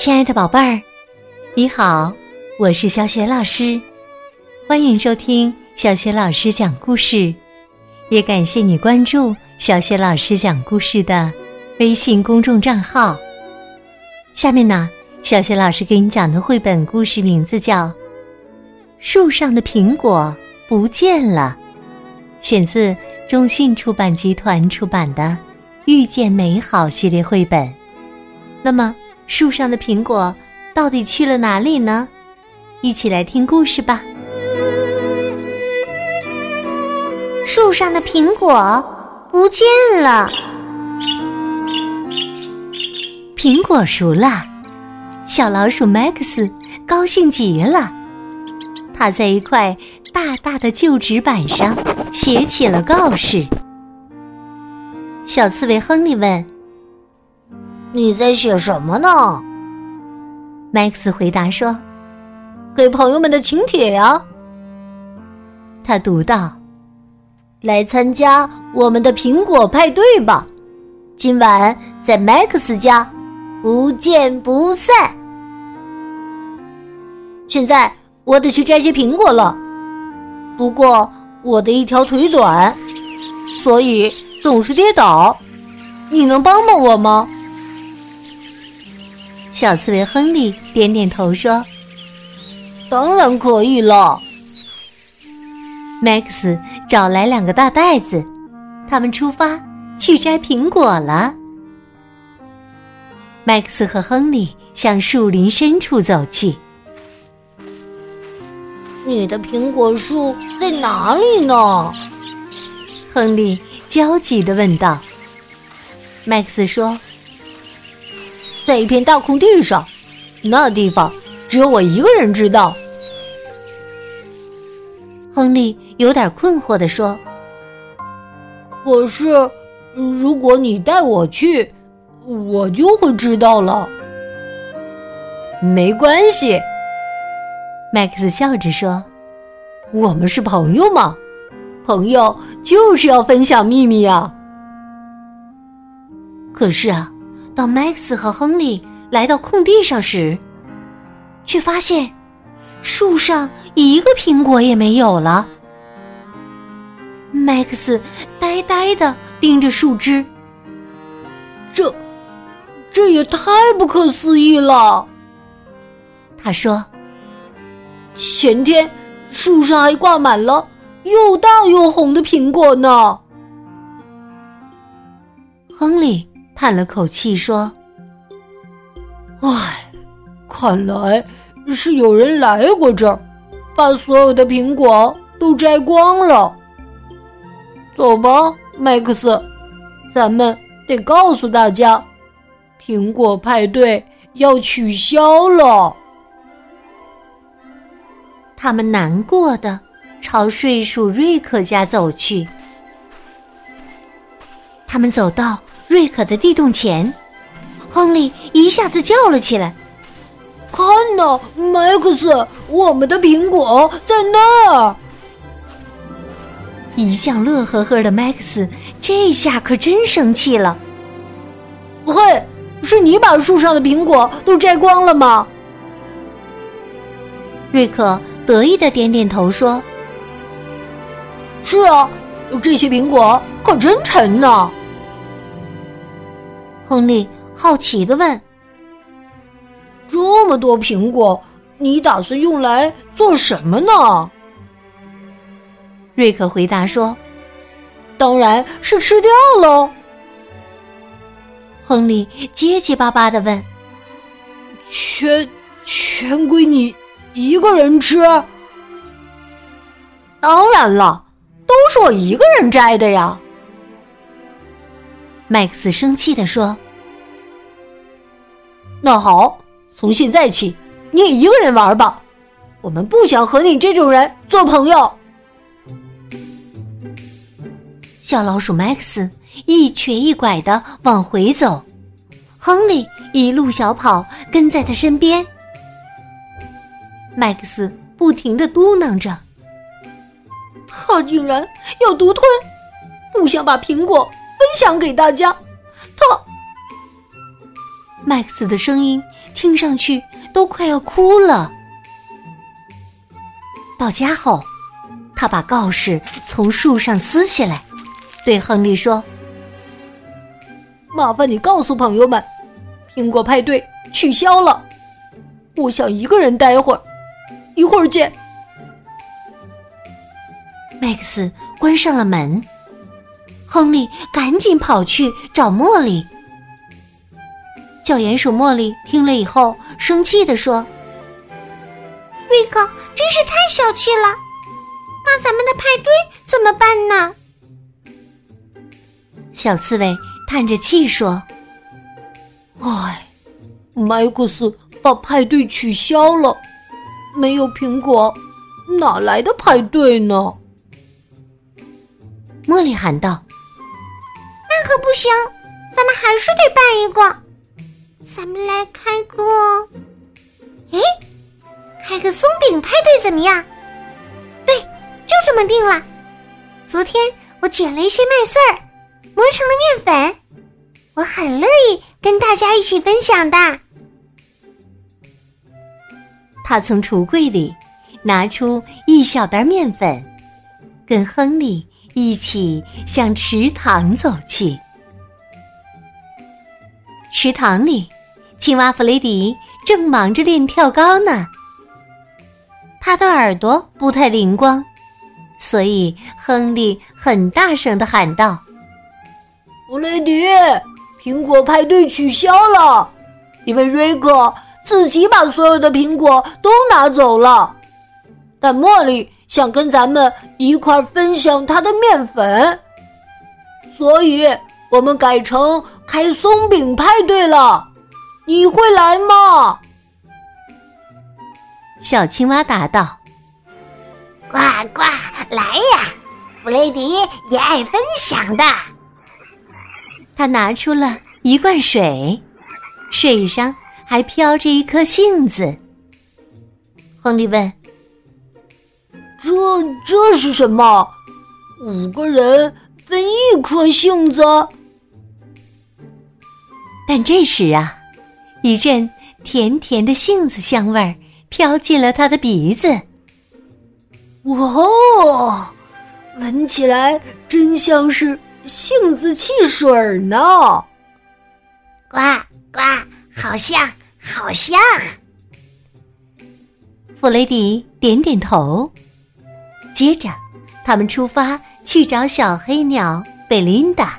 亲爱的宝贝儿，你好，我是小雪老师，欢迎收听小雪老师讲故事，也感谢你关注小雪老师讲故事的微信公众账号。下面呢，小雪老师给你讲的绘本故事名字叫《树上的苹果不见了》，选自中信出版集团出版的《遇见美好》系列绘本。那么树上的苹果到底去了哪里呢？一起来听故事吧。 树上的苹果不见了。 苹果熟了，小老鼠 Max 高兴极了。他在一块大大的旧纸板上写起了告示。小刺猬亨利问： 你在写什么呢？ Max 回答说： 给朋友们的请帖呀。 他读道： 来参加我们的苹果派对吧，今晚在 Max 家不见不散。现在我得去摘些苹果了，不过我的一条腿短，所以总是跌倒，你能帮帮我吗？ 小刺猬亨利点点头说： 当然可以了。 Max 找来2个大袋子，他们出发去摘苹果了。Max 和亨利向树林深处走去。 你的苹果树在哪里呢？ 亨利焦急地问道。Max 说： 在一片大空地上，那地方只有我一个人知道。 亨利有点困惑地说： 可是如果你带我去，我就会知道了。 没关系，Max 笑着说： 我们是朋友嘛，朋友就是要分享秘密啊。 可是啊，当 Max 和亨利来到空地上时，却发现树上一个苹果也没有了。Max 呆呆地盯着树枝， 这也太不可思议了。 他说： 前天树上还挂满了又大又红的苹果呢。 亨利叹了口气说： 唉，看来是有人来过这儿，把所有的苹果都摘光了。走吧 Max， 咱们得告诉大家，苹果派对要取消了。 他们难过地朝睡鼠瑞克家走去。他们走到瑞克的地洞前，亨利一下子叫了起来： 看呐 Max， 我们的苹果在那儿。 一向乐呵呵的 Max 这下可真生气了。 嘿，是你把树上的苹果都摘光了吗？ 瑞克得意地点点头说： 是啊，这些苹果可真沉呢。 亨利好奇地问： 这么多苹果，你打算用来做什么呢？ 瑞克回答说： 当然是吃掉喽。 亨利结结巴巴地问： 全归你一个人吃？当然了，都是我一个人摘的呀。 Max 生气地说： 那好，从现在起你也一个人玩吧，我们不想和你这种人做朋友。 小老鼠 Max 一瘸一拐地往回走，亨利一路小跑跟在他身边。Max 不停地嘟囔着： 他竟然要独吞，不想把苹果分享给大家，他麦克斯的声音听上去都快要哭了。到家后，他把告示从树上撕下来，对亨利说： 麻烦你告诉朋友们，苹果派对取消了，我想一个人待会儿，一会儿见。 麦克斯关上了门，亨利赶紧跑去找茉莉。小鼹鼠茉莉听了以后生气地说： 瑞克真是太小气了，那咱们的派对怎么办呢？ 小刺猬叹着气说： 唉，麦克斯把派对取消了，没有苹果哪来的派对呢？ 茉莉喊道： 那可不行，咱们还是得办一个。咱们来开个松饼派对怎么样？对，就这么定了。昨天我捡了一些麦穗儿，磨成了面粉，我很乐意跟大家一起分享的。 他从橱柜里拿出一小袋面粉，跟亨利一起向池塘走去。池塘里，青蛙弗雷迪正忙着练跳高呢。他的耳朵不太灵光，所以亨利很大声地喊道： 弗雷迪，苹果派对取消了，因为瑞克自己把所有的苹果都拿走了。但茉莉想跟咱们一块分享她的面粉，所以我们改成开松饼派对了。你会来吗？ 小青蛙答道： 呱呱，来呀！弗雷迪也爱分享的。 他拿出了一罐水，水上还飘着一颗杏子。亨利问： 这是什么？5个人分1颗杏子？ 但这时啊，一阵甜甜的杏子香味儿飘进了他的鼻子。 哇哦，闻起来真像是杏子汽水呢！ 呱呱，好像。 弗雷迪点点头。接着，他们出发去找小黑鸟贝琳达。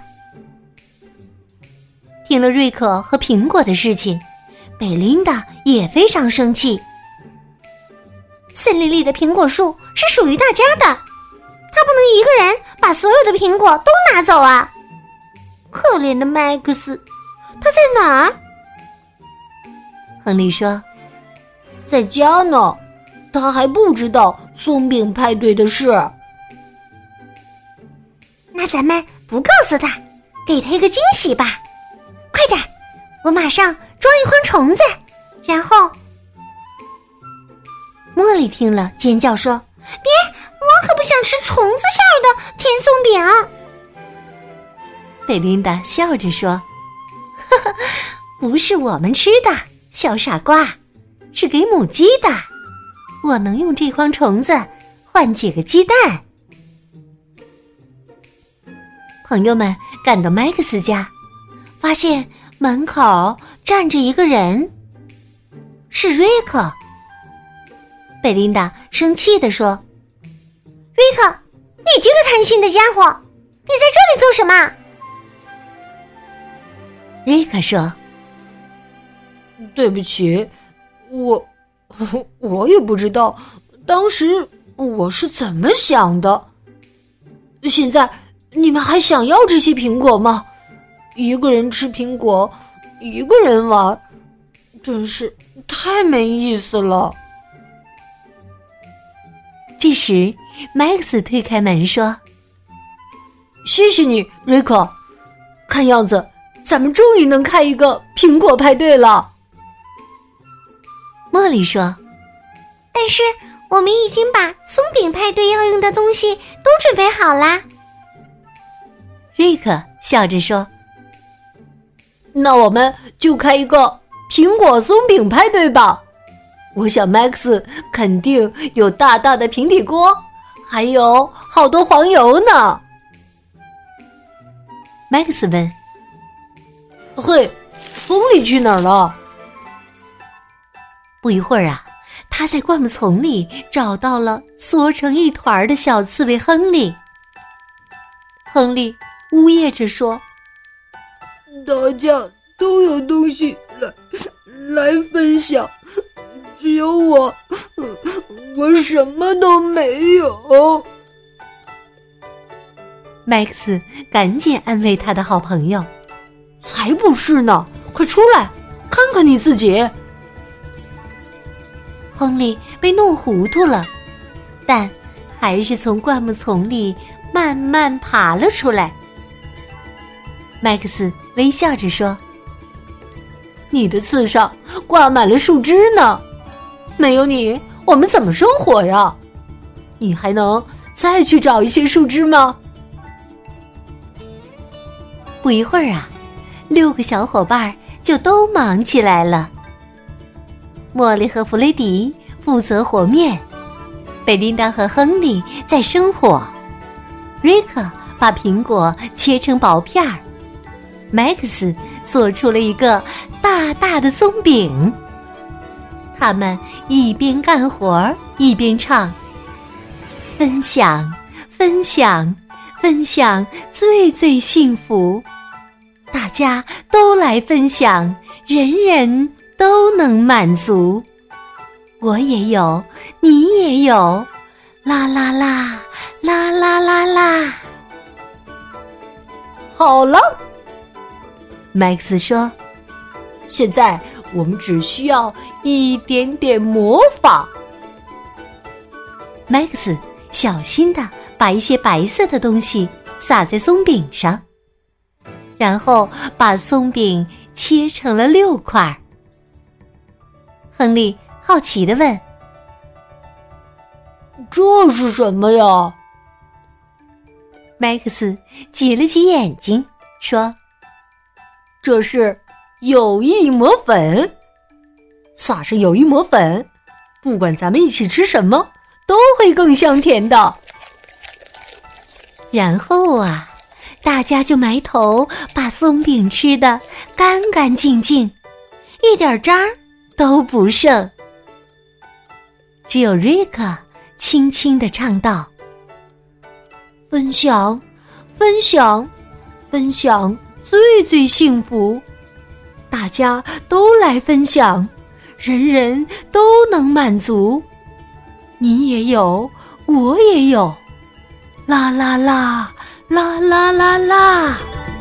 听了瑞克和苹果的事情，贝琳达也非常生气。 森林里的苹果树是属于大家的，他不能一个人把所有的苹果都拿走啊！可怜的麦克斯，他在哪儿？ 亨利说： 在家呢，他还不知道松饼派对的事。 那咱们不告诉他，给他一个惊喜吧。快点，我马上装一筐虫子，然后…… 茉莉听了尖叫说： 别，我可不想吃虫子馅儿的甜松饼。 贝琳达笑着说：呵呵，不是我们吃的，小傻瓜，是给母鸡的。我能用这筐虫子换几个鸡蛋。朋友们赶到麦克斯家，发现门口站着一个人，是瑞克。贝琳达生气地说： 瑞克，你这个贪心的家伙，你在这里做什么？ 瑞克说： 对不起，我也不知道当时我是怎么想的。现在你们还想要这些苹果吗？一个人吃苹果，一个人玩，真是太没意思了。 这时麦克斯推开门说： 谢谢你，瑞克，看样子咱们终于能开一个苹果派对了。 茉莉说： 但是我们已经把松饼派对要用的东西都准备好啦。 瑞克笑着说： 那我们就开一个苹果松饼派对吧？我想 Max 肯定有大大的平底锅，还有好多黄油呢。 Max 问： 嘿，亨利去哪儿了？ 不一会儿啊，他在灌木丛里找到了缩成一团的小刺猬亨利。亨利呜咽着说： 大家都有东西来分享，只有我什么都没有。 Max 赶紧安慰他的好朋友： 才不是呢，快出来看看你自己。 亨利被弄糊涂了，但还是从灌木丛里慢慢爬了出来。Max 微笑着说： 你的刺上挂满了树枝呢，没有你我们怎么生活呀？你还能再去找一些树枝吗？ 不一会儿啊，6个小伙伴就都忙起来了。茉莉和弗雷迪负责和面，贝琳达和亨利在生火，瑞克把苹果切成薄片儿，Max 做出了一个大大的松饼。他们一边干活一边唱：分享，分享，分享最最幸福，大家都来分享，人人都能满足。我也有，你也有，啦啦啦，啦啦啦啦。 好了，Max 说，现在我们只需要一点点魔法。 Max 小心地把一些白色的东西撒在松饼上，然后把松饼切成了6块。亨利好奇地问： 这是什么呀？ Max 挤了挤眼睛说： 这是友谊魔粉，撒上友谊魔粉，不管咱们一起吃什么都会更香甜的。 然后啊，大家就埋头把松饼吃得干干净净，一点渣儿都不剩。只有瑞克轻轻地唱道：分享，分享，分享最最幸福，大家都来分享，人人都能满足。你也有，我也有，啦啦啦，啦啦啦啦。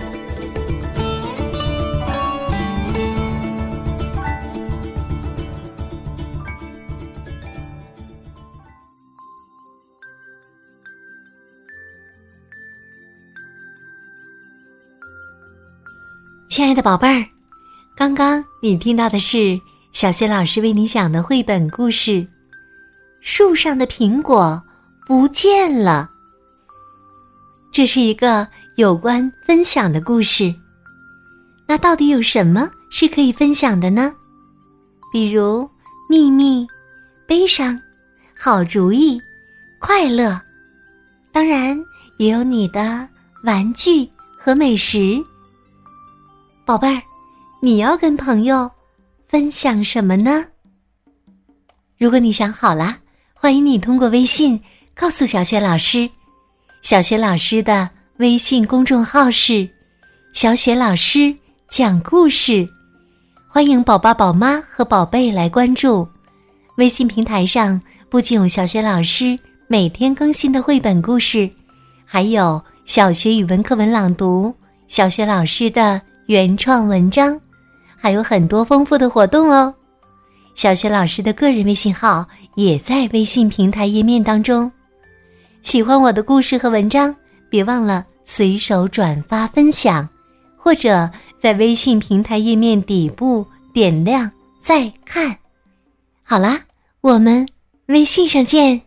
亲爱的宝贝儿，刚刚你听到的是小学老师为你讲的绘本故事《树上的苹果不见了》。这是一个有关分享的故事。那到底有什么是可以分享的呢？比如秘密、悲伤、好主意、快乐，当然也有你的玩具和美食。宝贝儿，你要跟朋友分享什么呢？如果你想好了，欢迎你通过微信告诉小雪老师。小雪老师的微信公众号是小雪老师讲故事，欢迎宝宝、宝妈和宝贝来关注。微信平台上不仅有小雪老师每天更新的绘本故事，还有小学语文课文朗读、小雪老师的原创文章，还有很多丰富的活动哦。小雪老师的个人微信号也在微信平台页面当中。喜欢我的故事和文章，别忘了随手转发分享，或者在微信平台页面底部点亮再看。好啦，我们微信上见。